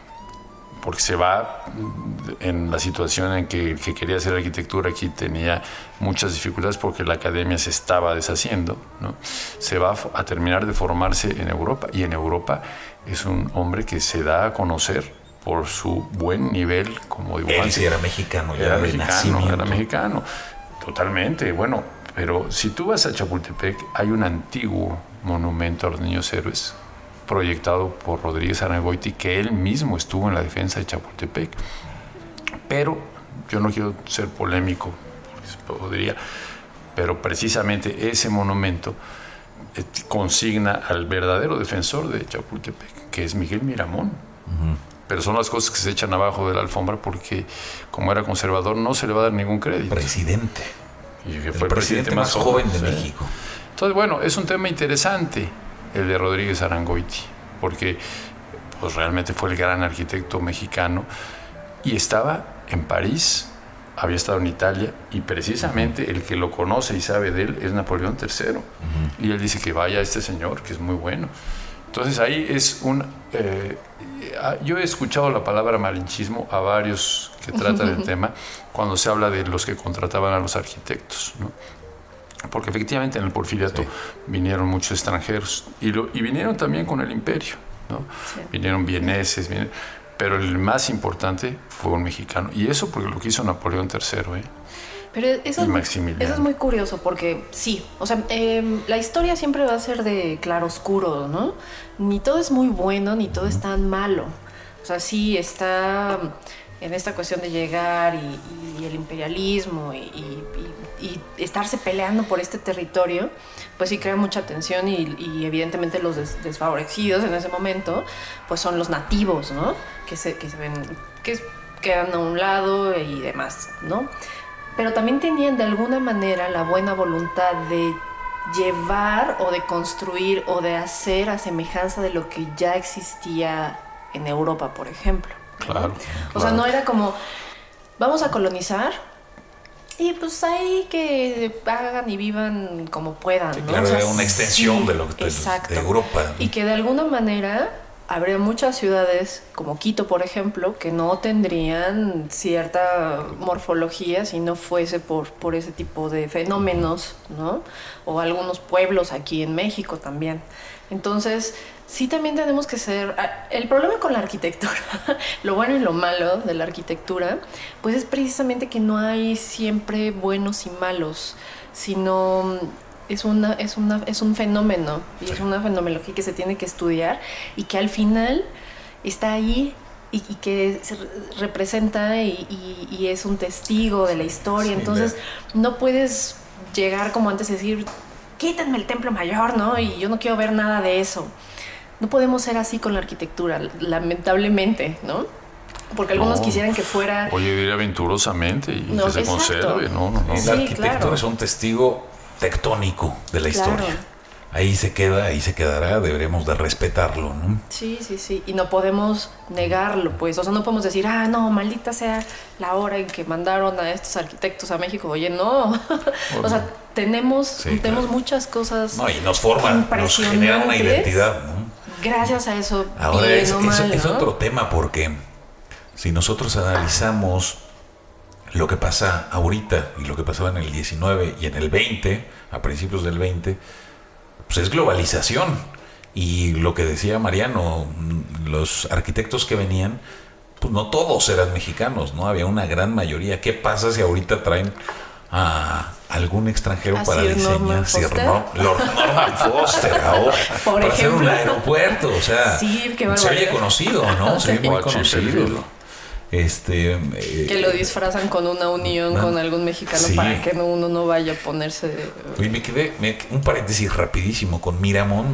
porque se va en la situación en que quería hacer arquitectura, aquí tenía muchas dificultades porque la academia se estaba deshaciendo, ¿no? Se va a terminar de formarse en Europa, y en Europa es un hombre que se da a conocer por su buen nivel como dibujante. Él sí era mexicano, era mexicano, totalmente. Bueno, pero si tú vas a Chapultepec, hay un antiguo monumento a los niños héroes proyectado por Rodríguez Arangoiti, que él mismo estuvo en la defensa de Chapultepec. Pero yo no quiero ser polémico, porque podría, pero precisamente ese monumento consigna al verdadero defensor de Chapultepec, que es Miguel Miramón. Pero son las cosas que se echan abajo de la alfombra porque, como era conservador, no se le va a dar ningún crédito. Presidente. Y que fue el presidente más joven de México. Entonces, bueno, es un tema interesante el de Rodríguez Arangoiti, porque pues realmente fue el gran arquitecto mexicano y estaba en París, había estado en Italia, y precisamente el que lo conoce y sabe de él es Napoleón III. Y él dice que vaya a este señor, que es muy bueno. Entonces ahí es yo he escuchado la palabra malinchismo a varios que tratan el tema cuando se habla de los que contrataban a los arquitectos, ¿no? Porque efectivamente en el Porfiriato vinieron muchos extranjeros y vinieron también con el imperio, ¿no? Sí. Vinieron vieneses, pero el más importante fue un mexicano. Y eso porque lo que hizo Napoleón III, Pero eso es muy curioso porque sí, o sea, la historia siempre va a ser de claroscuro, ¿no? Ni todo es muy bueno, ni todo es tan malo. O sea, sí está en esta cuestión de llegar y el imperialismo y estarse peleando por este territorio, pues sí crea mucha tensión y evidentemente los desfavorecidos en ese momento, pues son los nativos, ¿no? Que se ven, que quedan a un lado y demás, ¿no? Pero también tenían de alguna manera la buena voluntad de llevar o de construir o de hacer a semejanza de lo que ya existía en Europa, por ejemplo. Claro. O sea, no era como, vamos a colonizar y pues ahí que hagan y vivan como puedan, sí, ¿no? Claro, o sea, era una extensión de Europa, ¿no? Y que de alguna manera habría muchas ciudades como Quito, por ejemplo, que no tendrían cierta morfología si no fuese por ese tipo de fenómenos, ¿no? O algunos pueblos aquí en México también. Entonces, sí también tenemos que ser... El problema con la arquitectura, lo bueno y lo malo de la arquitectura, pues es precisamente que no hay siempre buenos y malos, sino... Es un fenómeno y sí. Es una fenomenología que se tiene que estudiar y que al final está ahí y que se representa y es un testigo de la historia. Sí, entonces no puedes llegar como antes y decir, quítenme el Templo Mayor, ¿no? Y yo no quiero ver nada de eso. No podemos ser así con la arquitectura, lamentablemente, ¿no? Porque algunos quisieran que fuera... Oye, diría venturosamente y que se conserve. No. Sí, la arquitectura es un testigo tectónico de la historia. Ahí se quedará, deberemos de respetarlo, ¿no? Sí. Y no podemos negarlo, pues. O sea, no podemos decir, no, maldita sea la hora en que mandaron a estos arquitectos a México. Oye, no. O sea, tenemos muchas cosas. No, y nos forman, nos generan una identidad, ¿no? Gracias a eso. Ahora es otro tema, porque si nosotros analizamos lo que pasa ahorita y lo que pasaba en el 19 y en el 20, a principios del 20, pues es globalización. Y lo que decía Mariano, los arquitectos que venían, pues no todos eran mexicanos, ¿no? Había una gran mayoría. ¿Qué pasa si ahorita traen a algún extranjero para diseñar? Lord Norman Foster ahora, para hacer un aeropuerto, o sea, se oye conocido, ¿no? Se oye muy conocido. Que lo disfrazan con una unión con algún mexicano para que uno no vaya a ponerse Oye, me quedé un paréntesis rapidísimo con Miramón,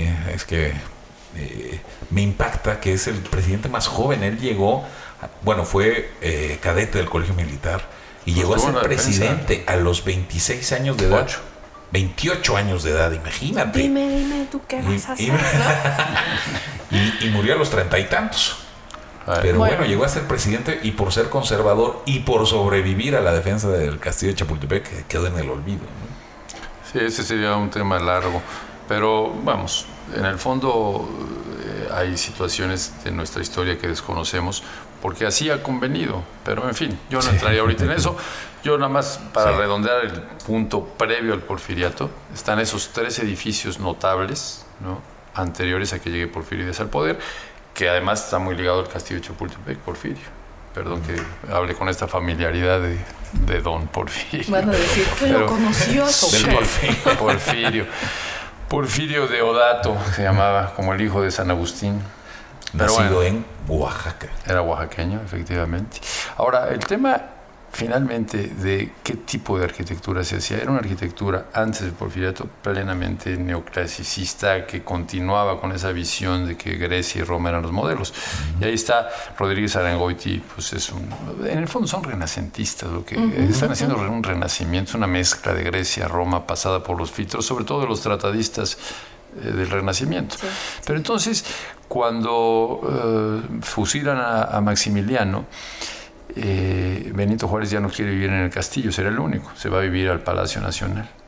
me impacta que es el presidente más joven. Él llegó, fue cadete del Colegio Militar y llegó a ser presidente a los 26 años de edad. 28 años de edad, imagínate. Dime tú qué vas a hacer, ¿no? y murió a los 30 y tantos. Pero bueno, llegó a ser presidente y por ser conservador y por sobrevivir a la defensa del castillo de Chapultepec quedó en el olvido, ¿no? Sí, ese sería un tema largo. Pero vamos, en el fondo hay situaciones de nuestra historia que desconocemos porque así ha convenido. Pero en fin, yo no entraría ahorita en eso. Yo nada más para redondear el punto previo al Porfiriato, están esos 3 edificios notables, ¿no? Anteriores a que llegue Porfirides al poder, que además está muy ligado al castillo de Chapultepec, Porfirio. Perdón que hable con esta familiaridad de don Porfirio. Van a decir que lo conoció a su Porfirio. Porfirio Deodato se llamaba, como el hijo de San Agustín. Nacido en Oaxaca. Era oaxaqueño, efectivamente. Ahora, el tema finalmente de qué tipo de arquitectura se hacía. Era una arquitectura antes del Porfiriato plenamente neoclasicista que continuaba con esa visión de que Grecia y Roma eran los modelos. Y ahí está Rodríguez Arangoiti, pues en el fondo son renacentistas, lo que están haciendo un renacimiento, una mezcla de Grecia, Roma, pasada por los filtros, sobre todo de los tratadistas del Renacimiento. Sí. Pero entonces, cuando fusilan a Maximiliano, Benito Juárez ya no quiere vivir en el castillo, será el único, se va a vivir al Palacio Nacional.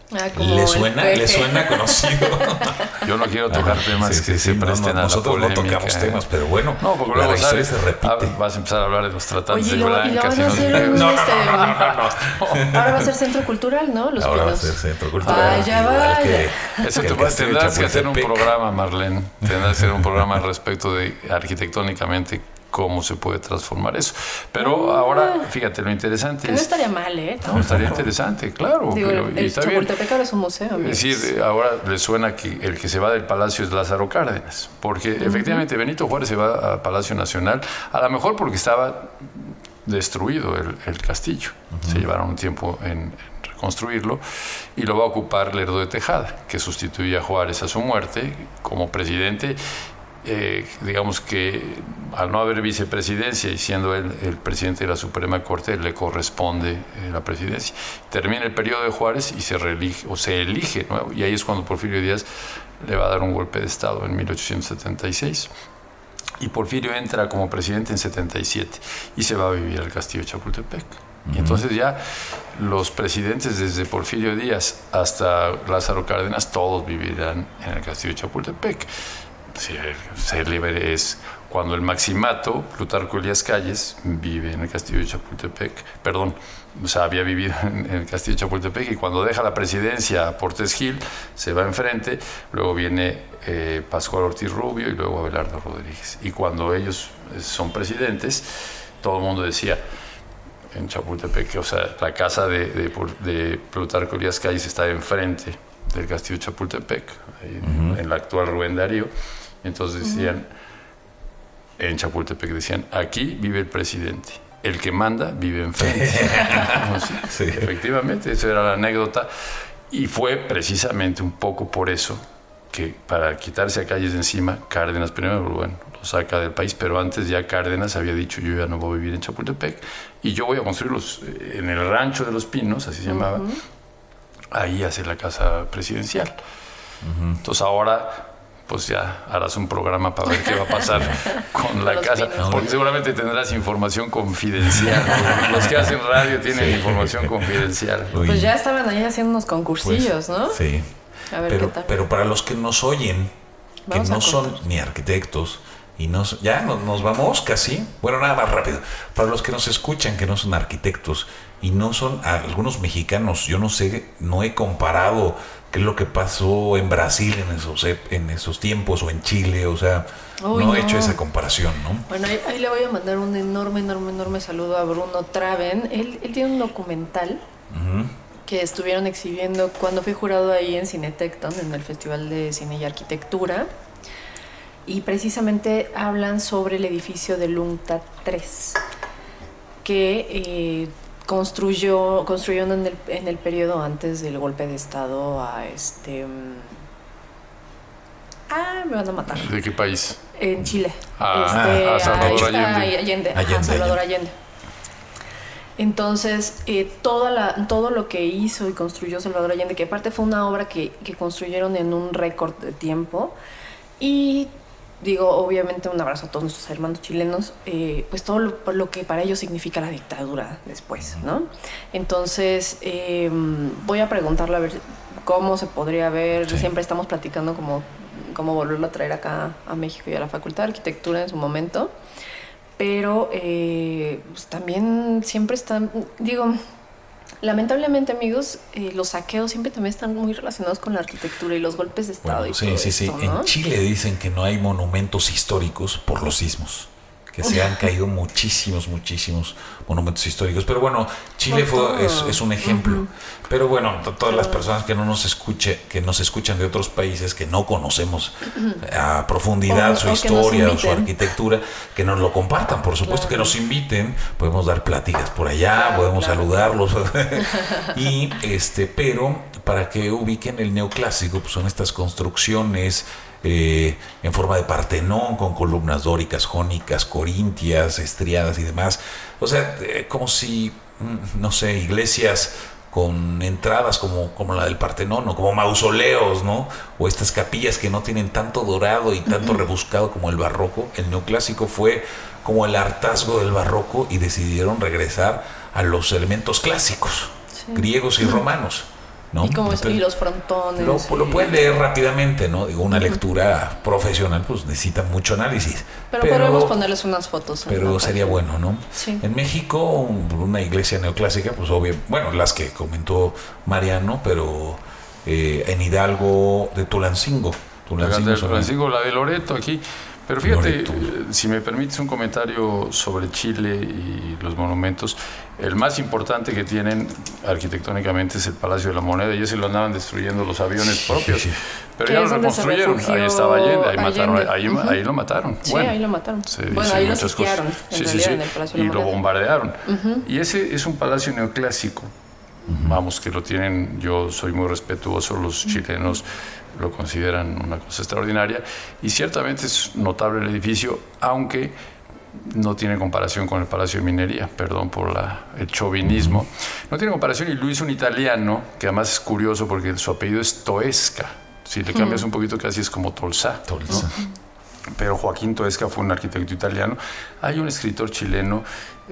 ¿Le suena conocido? Yo no quiero tocar temas que se presten a la nosotros polémica. No tocamos temas, pero bueno, no, porque luego la historia se repite. Vas a empezar a hablar de los tratantes de Oye, blancas. No. Ahora va a ser centro cultural, ¿no? Los Ahora Pinos. va a ser centro cultural. Vaya. Eso tendrás que hacer un programa, Marlene. Tendrás que hacer un programa al respecto de arquitectónicamente cómo se puede transformar eso. Pero ahora, fíjate, lo interesante que no estaría mal, ¿eh? No, estaría interesante, claro. Digo, pero, el Chapultepec ahora es un museo. Es decir, ahora le suena que el que se va del Palacio es Lázaro Cárdenas, porque efectivamente Benito Juárez se va al Palacio Nacional, a lo mejor porque estaba destruido el castillo. Se llevaron un tiempo en reconstruirlo y lo va a ocupar Lerdo de Tejada, que sustituye a Juárez a su muerte como presidente. Digamos que al no haber vicepresidencia y siendo él el presidente de la Suprema Corte, le corresponde la presidencia. Termina el periodo de Juárez y se reelige o se elige nuevo, y ahí es cuando Porfirio Díaz le va a dar un golpe de Estado en 1876. Y Porfirio entra como presidente en 77 y se va a vivir al Castillo de Chapultepec. Y entonces ya los presidentes desde Porfirio Díaz hasta Lázaro Cárdenas, todos vivirán en el Castillo de Chapultepec. Sí, célebre es cuando el Maximato, Plutarco Elías Calles, vive en el Castillo de Chapultepec, había vivido en el Castillo de Chapultepec, y cuando deja la presidencia Portes Gil, se va enfrente, luego viene Pascual Ortiz Rubio y luego Abelardo Rodríguez. Y cuando ellos son presidentes, todo el mundo decía, en Chapultepec, o sea, la casa de Plutarco Elías Calles está enfrente del Castillo de Chapultepec, en la actual Rubén Darío. Entonces decían, en Chapultepec decían, aquí vive el presidente, el que manda vive enfrente. Sí, efectivamente, esa era la anécdota, y fue precisamente un poco por eso que, para quitarse a Calles de encima, Cárdenas primero, bueno, lo saca del país, pero antes ya Cárdenas había dicho, yo ya no voy a vivir en Chapultepec y yo voy a construirlos en el Rancho de los Pinos, así se llamaba, ahí hace la casa presidencial. Entonces ahora pues ya harás un programa para ver qué va a pasar con la casa, porque seguramente tendrás información confidencial. Los que hacen radio tienen información confidencial. Pues ya estaban ahí haciendo unos concursillos, ¿no? Sí. A ver qué tal. Pero para los que nos oyen, que no son ni arquitectos, y ya nos vamos casi. Bueno, nada más rápido. Para los que nos escuchan, que no son arquitectos y no son algunos mexicanos, yo no sé, no he comparado qué es lo que pasó en Brasil en esos tiempos, o en Chile, o sea, no he hecho esa comparación, ¿no? Bueno, ahí le voy a mandar un enorme saludo a Bruno Traven. Él tiene un documental que estuvieron exhibiendo cuando fui jurado ahí en Cinetecton, en el Festival de Cine y Arquitectura. Y precisamente hablan sobre el edificio del UNCTAD 3, que construyeron en el periodo antes del golpe de Estado a me van a matar. ¿De qué país? En Chile. Salvador Allende. Salvador Allende. Entonces, todo lo que hizo y construyó Salvador Allende, que aparte fue una obra que construyeron en un récord de tiempo, y digo, obviamente un abrazo a todos nuestros hermanos chilenos, pues todo lo que para ellos significa la dictadura después, ¿no? Entonces, voy a preguntarle a ver cómo se podría ver. Siempre estamos platicando cómo volverlo a traer acá a México y a la Facultad de Arquitectura en su momento, pero pues también siempre están, digo, lamentablemente, amigos, los saqueos siempre también están muy relacionados con la arquitectura y los golpes de Estado. Bueno, y todo esto, ¿no? En Chile dicen que no hay monumentos históricos por los sismos, que se han caído muchísimos monumentos históricos. Pero bueno, Chile es un ejemplo. Pero bueno, todas las personas que nos escuchan de otros países, que no conocemos a profundidad su historia o su arquitectura, que nos lo compartan, por supuesto, que nos inviten. Podemos dar pláticas por allá, podemos saludarlos. Pero para que ubiquen el neoclásico, pues son estas construcciones en forma de Partenón, con columnas dóricas, jónicas, corintias, estriadas y demás. O sea, como si, no sé, iglesias con entradas como la del Partenón, o como mausoleos, ¿no? O estas capillas que no tienen tanto dorado y tanto rebuscado como el barroco. El neoclásico fue como el hartazgo del barroco, y decidieron regresar a los elementos clásicos, griegos y romanos. ¿no? Y, y los frontones. Lo pueden leer rápidamente, ¿no? Digo, una lectura profesional pues necesita mucho análisis. Pero podemos ponerles unas fotos. Pero sería bueno, ¿no? Sí. En México, una iglesia neoclásica, pues obvio, bueno, las que comentó Mariano, pero en Hidalgo de Tulancingo. Tulancingo, la de Loreto aquí. Pero fíjate, si me permites un comentario sobre Chile y los monumentos, el más importante que tienen arquitectónicamente es el Palacio de la Moneda, y ese lo andaban destruyendo los aviones propios. Pero ya lo reconstruyeron, ahí estaba Allende, ahí lo mataron. Sí, bueno, ahí lo mataron. Bueno, ahí lo sitiaron, en el Palacio de la Moneda. Y lo bombardearon. Y ese es un palacio neoclásico. Vamos, que lo tienen, yo soy muy respetuoso, los chilenos lo consideran una cosa extraordinaria, y ciertamente es notable el edificio, aunque no tiene comparación con el Palacio de Minería, perdón por el chauvinismo, no tiene comparación, y lo hizo un italiano, que además es curioso porque su apellido es Toesca, si le cambias un poquito casi es como Tolsá, ¿no? Pero Joaquín Toesca fue un arquitecto italiano. Hay un escritor chileno,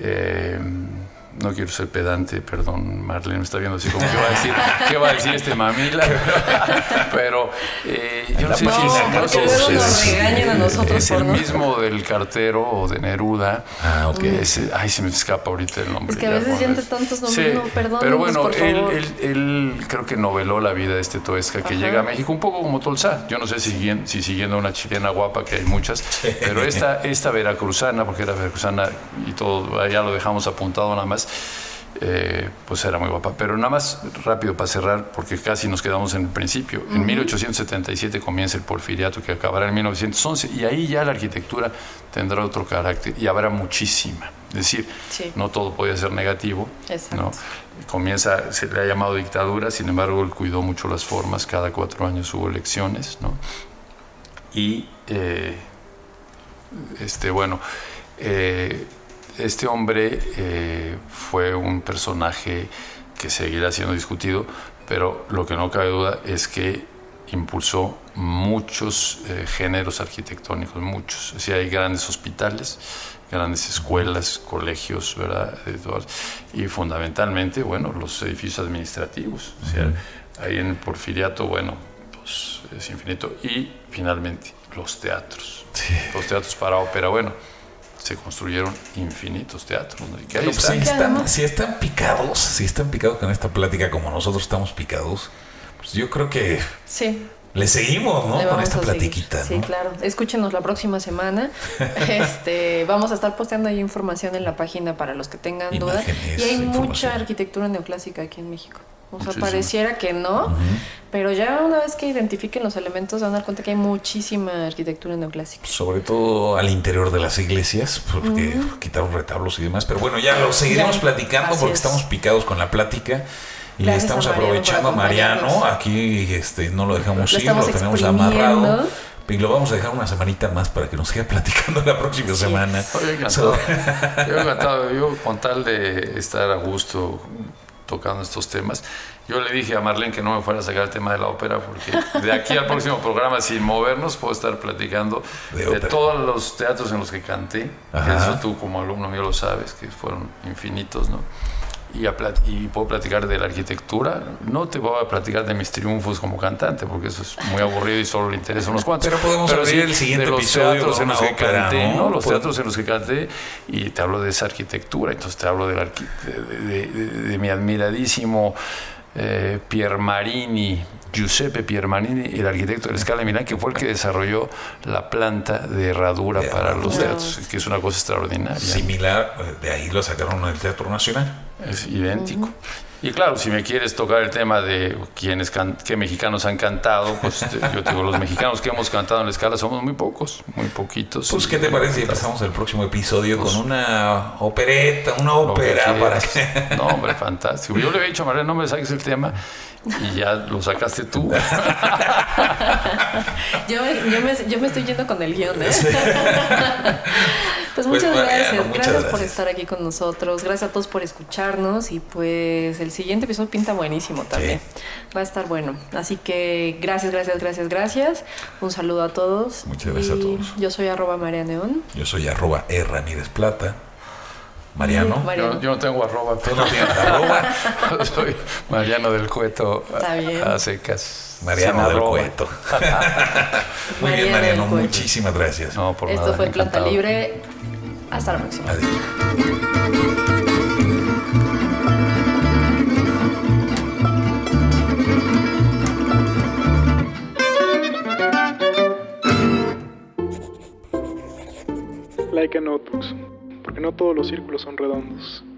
no quiero ser pedante, perdón, Marlene me está viendo así como, ¿qué va a decir este mamila? Pero yo no sé si nos regañan a nosotros es el mismo del Cartero o de Neruda. Okay. Ay, se me escapa ahorita el nombre. Es que a veces ya entre tantos nombres, no, perdón. Pero bueno, él creo que noveló la vida de este Toesca que llega a México, un poco como Tolsá. Yo no sé si siguiendo a una chilena guapa, que hay muchas, pero esta veracruzana, porque era veracruzana y todo, ya lo dejamos apuntado nada más, pues era muy guapa. Pero nada más rápido para cerrar, porque casi nos quedamos en el principio. En 1877 comienza el Porfiriato, que acabará en 1911, y ahí ya la arquitectura tendrá otro carácter y habrá muchísima. Es decir, no todo podía ser negativo, ¿no? Se le ha llamado dictadura, sin embargo él cuidó mucho las formas, cada 4 años hubo elecciones, ¿no? Y este hombre fue un personaje que seguirá siendo discutido, pero lo que no cabe duda es que impulsó muchos géneros arquitectónicos, muchos. Es decir, hay grandes hospitales, grandes escuelas, colegios, ¿verdad? Y fundamentalmente, bueno, los edificios administrativos. O sea, ahí en el Porfiriato, bueno, pues es infinito. Y finalmente, los teatros. Sí. Los teatros para ópera, bueno, se construyeron infinitos teatros, ¿no? Y pues si están picados con esta plática como nosotros estamos picados, pues yo creo que le seguimos, ¿no? Con esta platiquita, ¿no? Sí, claro. Escúchenos la próxima semana. Vamos a estar posteando ahí información en la página para los que tengan dudas. Y hay mucha arquitectura neoclásica aquí en México. O sea, pareciera que no, pero ya una vez que identifiquen los elementos van a dar cuenta que hay muchísima arquitectura neoclásica. Sobre todo al interior de las iglesias, porque quitaron retablos y demás. Pero bueno, ya lo seguiremos platicando porque estamos picados con la plática. Y gracias, estamos aprovechando a Mariano. Aquí no lo dejamos ir, lo tenemos amarrado. Y lo vamos a dejar una semanita más para que nos siga platicando la próxima semana. Yo encantado. Yo con tal de estar a gusto tocando estos temas, yo le dije a Marlene que no me fuera a sacar el tema de la ópera, porque de aquí al próximo programa, sin movernos, puedo estar platicando de todos los teatros en los que canté. Eso tú como alumno mío lo sabes, que fueron infinitos, ¿no? Y puedo platicar de la arquitectura. No te voy a platicar de mis triunfos como cantante, porque eso es muy aburrido y solo le interesa a unos cuantos. Pero podemos abrir el siguiente de los episodio teatros en los que ópera, canté, ¿no? Los teatros en los que canté, y te hablo de esa arquitectura. Entonces te hablo de mi admiradísimo Giuseppe Piermarini, el arquitecto de la Scala de Milán, que fue el que desarrolló la planta de herradura para los teatros, que es una cosa extraordinaria. Similar, de ahí lo sacaron del Teatro Nacional. Es idéntico. Y claro, si me quieres tocar el tema de qué mexicanos han cantado, pues yo te digo, los mexicanos que hemos cantado en la Scala somos muy pocos, muy poquitos. Pues, ¿qué te parece si empezamos el próximo episodio con una opereta, una ópera? No, hombre, fantástico. Yo le había dicho a María, no me saques el tema, y ya lo sacaste tú. yo me estoy yendo con el guión, ¿eh? Pues muchas gracias. Gracias por estar aquí con nosotros. Gracias a todos por escucharnos. Y pues el siguiente episodio pinta buenísimo también. Va a estar bueno. Así que gracias. Un saludo a todos. Muchas gracias a todos. Yo soy @MariaNeón. Yo soy @ERamírezPlata. Mariano. Mariano. Yo no tengo arroba. Tú no tienes arroba. Soy Mariano del Cueto Está bien. a secas. Mariano Sin del arroba. Cueto. Muy bien, Mariano Mariano. del Cueto. Muchísimas gracias. No, por Esto nada, fue Planta encantado. Libre. Hasta la próxima. Adiós. Like a Notebooks, porque no todos los círculos son redondos.